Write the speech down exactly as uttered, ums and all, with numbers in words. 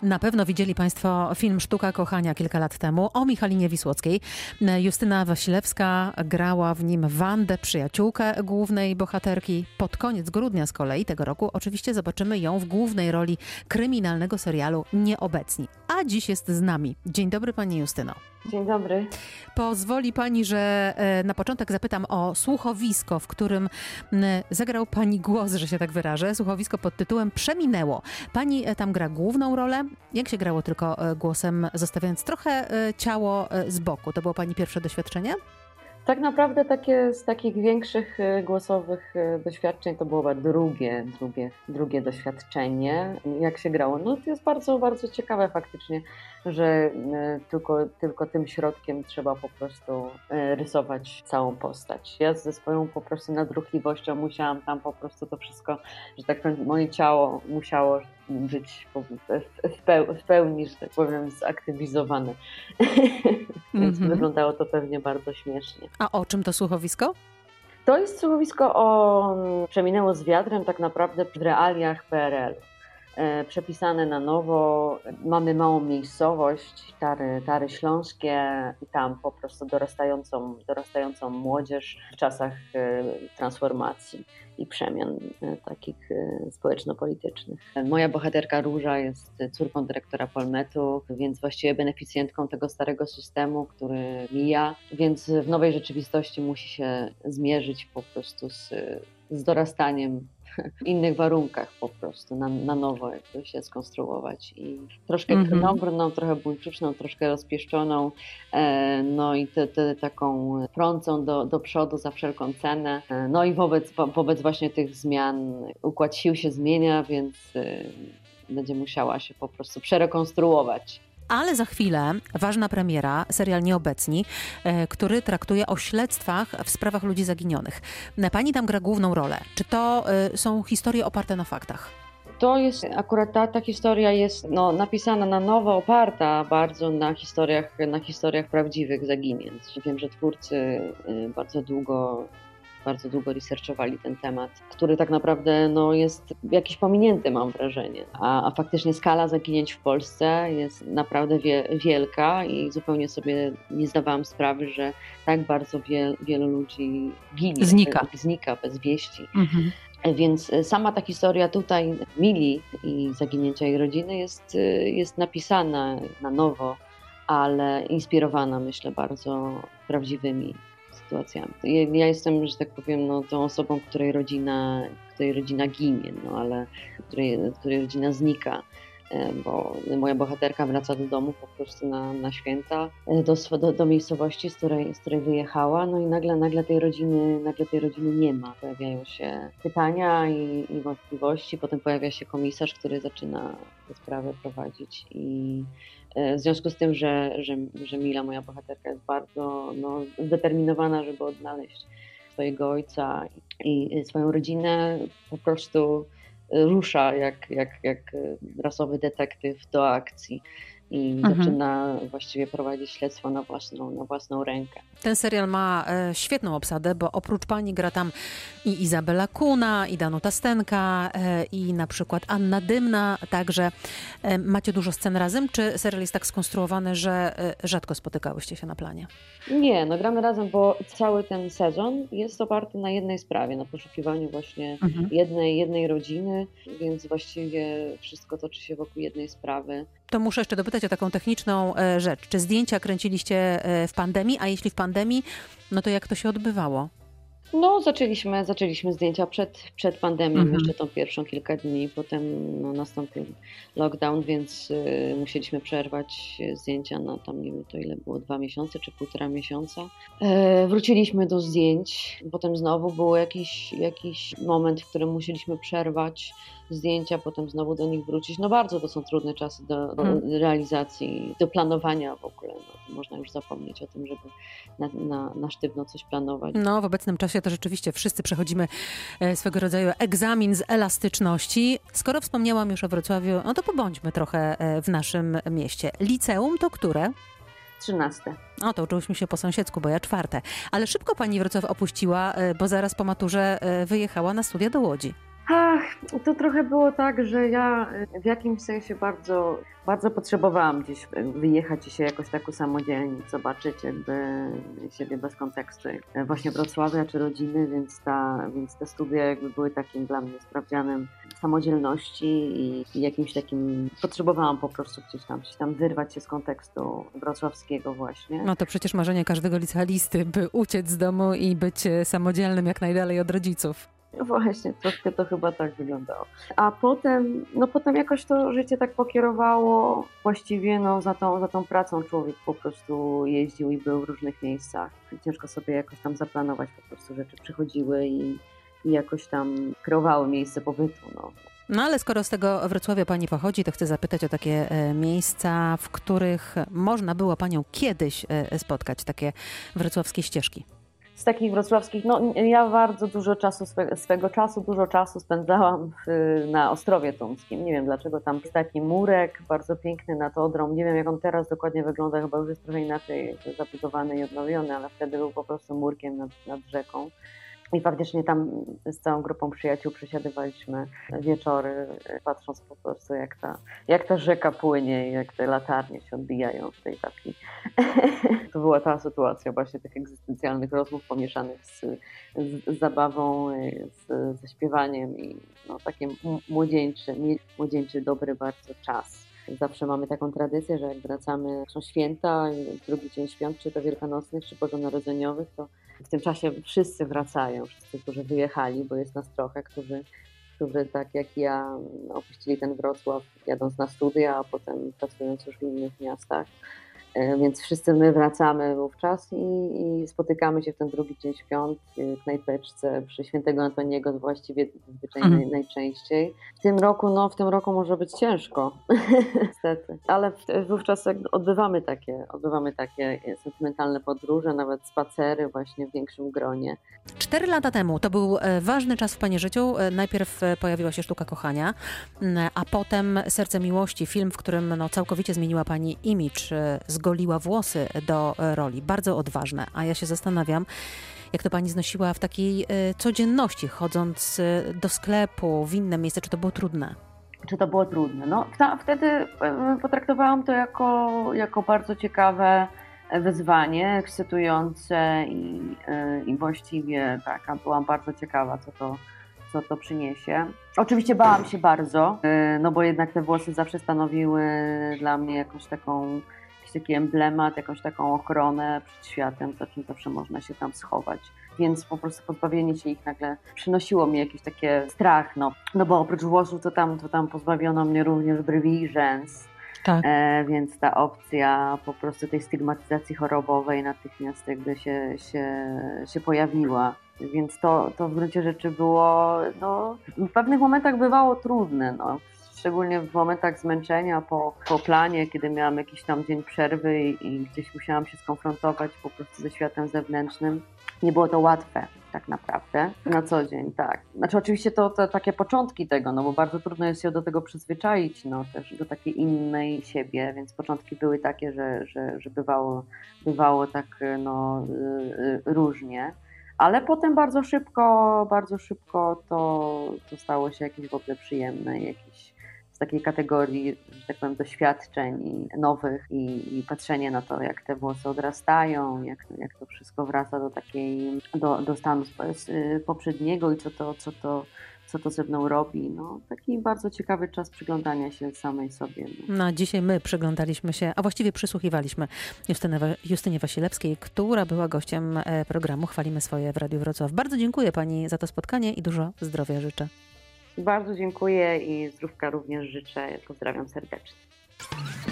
Na pewno widzieli Państwo film Sztuka kochania kilka lat temu o Michalinie Wisłockiej. Justyna Wasilewska grała w nim Wandę, przyjaciółkę głównej bohaterki. Pod koniec grudnia z kolei tego roku oczywiście zobaczymy ją w głównej roli kryminalnego serialu Nieobecni. A dziś jest z nami. Dzień dobry Pani Justyno. Dzień dobry. Pozwoli Pani, że na początek zapytam o słuchowisko, w którym zagrał Pani głos, że się tak wyrażę. Słuchowisko pod tytułem Przeminęło. Pani tam gra główną rolę. Jak się grało tylko głosem, zostawiając trochę ciało z boku? To było Pani pierwsze doświadczenie? Tak naprawdę takie z takich większych głosowych doświadczeń to było drugie, drugie, drugie doświadczenie. Jak się grało? No to jest bardzo, bardzo ciekawe faktycznie, że tylko, tylko tym środkiem trzeba po prostu rysować całą postać. Ja ze swoją po prostu nadruchliwością musiałam tam po prostu to wszystko, że tak powiem, moje ciało musiało być w pełni, że tak powiem, zaktywizowane. Więc mm-hmm. wyglądało to pewnie bardzo śmiesznie. A o czym to słuchowisko? To jest słuchowisko o Przeminęło z wiatrem, tak naprawdę w realiach P R L. Przepisane na nowo. Mamy małą miejscowość, Tary, Tary Śląskie i tam po prostu dorastającą, dorastającą młodzież w czasach transformacji i przemian takich społeczno-politycznych. Moja bohaterka Róża jest córką dyrektora Polmetu, więc właściwie beneficjentką tego starego systemu, który mija, więc w nowej rzeczywistości musi się zmierzyć po prostu z, z dorastaniem w innych warunkach po prostu, na, na nowo jakby się skonstruować i troszkę mm-hmm. krnąbrną, trochę buńczuczną, troszkę rozpieszczoną, e, no i te, te, taką prącą do, do przodu za wszelką cenę. E, no i wobec, wobec właśnie tych zmian układ sił się zmienia, więc e, będzie musiała się po prostu przerekonstruować. Ale za chwilę ważna premiera, serial Nieobecni, który traktuje o śledztwach w sprawach ludzi zaginionych. Pani tam gra główną rolę. Czy to są historie oparte na faktach? To jest, akurat ta, ta historia jest no, napisana na nowo, oparta bardzo na historiach, na historiach prawdziwych zaginięć. Wiem, że twórcy bardzo długo bardzo długo researchowali ten temat, który tak naprawdę no, jest jakiś pominięty, mam wrażenie. A, a faktycznie skala zaginięć w Polsce jest naprawdę wie, wielka i zupełnie sobie nie zdawałam sprawy, że tak bardzo wie, wielu ludzi ginie, znika, znika bez wieści. Mhm. Więc sama ta historia tutaj Mili i zaginięcia jej rodziny jest, jest napisana na nowo, ale inspirowana, myślę, bardzo prawdziwymi sytuacjami. Ja jestem, że tak powiem, no, tą osobą, której rodzina, której rodzina ginie, no, ale której, której rodzina znika, bo moja bohaterka wraca do domu po prostu na, na święta, do, do, do miejscowości, z której, z której wyjechała, no i nagle, nagle tej rodziny, nagle tej rodziny nie ma. Pojawiają się pytania i, i wątpliwości, potem pojawia się komisarz, który zaczyna tę sprawę prowadzić i w związku z tym, że, że, że Mila, moja bohaterka, jest bardzo no, zdeterminowana, żeby odnaleźć swojego ojca i, i swoją rodzinę, po prostu rusza jak, jak, jak rasowy detektyw do akcji i mhm. zaczyna właściwie prowadzić śledztwo na własną, na własną rękę. Ten serial ma e, świetną obsadę, bo oprócz pani gra tam i Izabela Kuna, i Danuta Stenka, e, i na przykład Anna Dymna, także e, macie dużo scen razem, czy serial jest tak skonstruowany, że e, rzadko spotykałyście się na planie? Nie, no gramy razem, bo cały ten sezon jest oparty na jednej sprawie, na poszukiwaniu właśnie mhm. jednej, jednej rodziny, więc właściwie wszystko toczy się wokół jednej sprawy. To muszę jeszcze dopytać o taką techniczną rzecz. Czy zdjęcia kręciliście w pandemii, a jeśli w pandemii, no to jak to się odbywało? No zaczęliśmy, zaczęliśmy zdjęcia przed, przed pandemią, mhm. jeszcze tą pierwszą kilka dni, potem no, nastąpił lockdown, więc y, musieliśmy przerwać zdjęcia na tam nie wiem to ile było, dwa miesiące czy półtora miesiąca. E, wróciliśmy do zdjęć, potem znowu był jakiś, jakiś moment, w którym musieliśmy przerwać zdjęcia, potem znowu do nich wrócić. No bardzo to są trudne czasy do, do hmm. realizacji, do planowania w ogóle. No, można już zapomnieć o tym, żeby na, na, na sztywno coś planować. No w obecnym czasie to rzeczywiście wszyscy przechodzimy swego rodzaju egzamin z elastyczności. Skoro wspomniałam już o Wrocławiu, no to pobądźmy trochę w naszym mieście. Liceum to które? trzynaste. O, to uczyłyśmy się po sąsiedzku, bo ja czwarte. Ale szybko pani Wrocław opuściła, bo zaraz po maturze wyjechała na studia do Łodzi. Ach, to trochę było tak, że ja w jakimś sensie bardzo, bardzo potrzebowałam gdzieś wyjechać i się jakoś tak usamodzielnić, zobaczyć jakby siebie bez kontekstu. Właśnie Wrocławia czy rodziny, więc, ta, więc te studia jakby były takim dla mnie sprawdzianem samodzielności i, i jakimś takim, potrzebowałam po prostu gdzieś tam, gdzieś tam wyrwać się z kontekstu wrocławskiego właśnie. No to przecież marzenie każdego licealisty, by uciec z domu i być samodzielnym jak najdalej od rodziców. No właśnie, troszkę to chyba tak wyglądało. A potem, no potem jakoś to życie tak pokierowało, właściwie no za tą, za tą pracą człowiek po prostu jeździł i był w różnych miejscach. Ciężko sobie jakoś tam zaplanować, po prostu rzeczy przychodziły i, i jakoś tam kreowały miejsce pobytu. No. No ale skoro z tego Wrocławia pani pochodzi, to chcę zapytać o takie e, miejsca, w których można było panią kiedyś e, spotkać, takie wrocławskie ścieżki. Z takich wrocławskich, no ja bardzo dużo czasu, swe, swego czasu, dużo czasu spędzałam w, na Ostrowie Tumskim. Nie wiem dlaczego, tam jest taki murek bardzo piękny nad Odrą. Nie wiem jak on teraz dokładnie wygląda, chyba już jest trochę inaczej zabudowany i odnowiony, ale wtedy był po prostu murkiem nad, nad rzeką. I faktycznie tam z całą grupą przyjaciół przesiadywaliśmy wieczory, patrząc po prostu jak ta, jak ta rzeka płynie i jak te latarnie się odbijają w tej taki. To była ta sytuacja właśnie tych egzystencjalnych rozmów pomieszanych z, z, z zabawą, z, ze śpiewaniem i no, taki młodzieńczy, młodzieńczy, dobry bardzo czas. Zawsze mamy taką tradycję, że jak wracamy, są święta, drugi dzień świąt, czy to wielkanocnych, czy bożonarodzeniowych, to w tym czasie wszyscy wracają, wszyscy, którzy wyjechali, bo jest nas trochę, którzy, którzy tak jak ja opuścili ten Wrocław, jadąc na studia, a potem pracując już w innych miastach. Więc wszyscy my wracamy wówczas i, i spotykamy się w ten drugi dzień świąt w knajpeczce przy Świętego Antoniego właściwie zwyczajnie mhm. najczęściej. W tym roku, no w tym roku może być ciężko, niestety. Ale wówczas odbywamy takie, odbywamy takie sentymentalne podróże, nawet spacery właśnie w większym gronie. Cztery lata temu to był ważny czas w pani życiu. Najpierw pojawiła się Sztuka kochania, a potem Serce miłości, film, w którym no, całkowicie zmieniła pani imidż, zgoliła włosy do roli. Bardzo odważne. A ja się zastanawiam, jak to pani znosiła w takiej codzienności, chodząc do sklepu, w inne miejsce. Czy to było trudne? Czy to było trudne? No, ta, wtedy potraktowałam to jako, jako bardzo ciekawe wyzwanie, ekscytujące i, i właściwie taka byłam bardzo ciekawa, co to, co to przyniesie. Oczywiście bałam się bardzo, no bo jednak te włosy zawsze stanowiły dla mnie jakąś taką, jakiś taki emblemat, jakąś taką ochronę przed światem, za czym zawsze można się tam schować. Więc po prostu pozbawienie się ich nagle przynosiło mi jakiś taki strach, no, no bo oprócz włosów to tam, to tam pozbawiono mnie również brwi i rzęs. Tak. E, więc ta opcja po prostu tej stygmatyzacji chorobowej natychmiast jakby się, się, się pojawiła. Więc to, to w gruncie rzeczy było, no, w pewnych momentach bywało trudne, no. Szczególnie w momentach zmęczenia po, po planie, kiedy miałam jakiś tam dzień przerwy i, i gdzieś musiałam się skonfrontować po prostu ze światem zewnętrznym. Nie było to łatwe tak naprawdę na co dzień, tak. Znaczy oczywiście to, to takie początki tego, no bo bardzo trudno jest się do tego przyzwyczaić, no też do takiej innej siebie, więc początki były takie, że, że, że bywało, bywało tak no yy, różnie. Ale potem bardzo szybko, bardzo szybko to, to stało się jakieś w ogóle przyjemne, jakieś z takiej kategorii, że tak powiem, doświadczeń nowych i, i patrzenie na to, jak te włosy odrastają, jak, jak to wszystko wraca do takiej, do, do stanu poprzedniego i co to, co to, co to ze mną robi. No, taki bardzo ciekawy czas przyglądania się samej sobie. No. No, dzisiaj my przyglądaliśmy się, a właściwie przysłuchiwaliśmy Justynie, Justynie Wasilewskiej, która była gościem programu Chwalimy swoje w Radiu Wrocław. Bardzo dziękuję pani za to spotkanie i dużo zdrowia życzę. Bardzo dziękuję i zdrówka również życzę. Pozdrawiam serdecznie.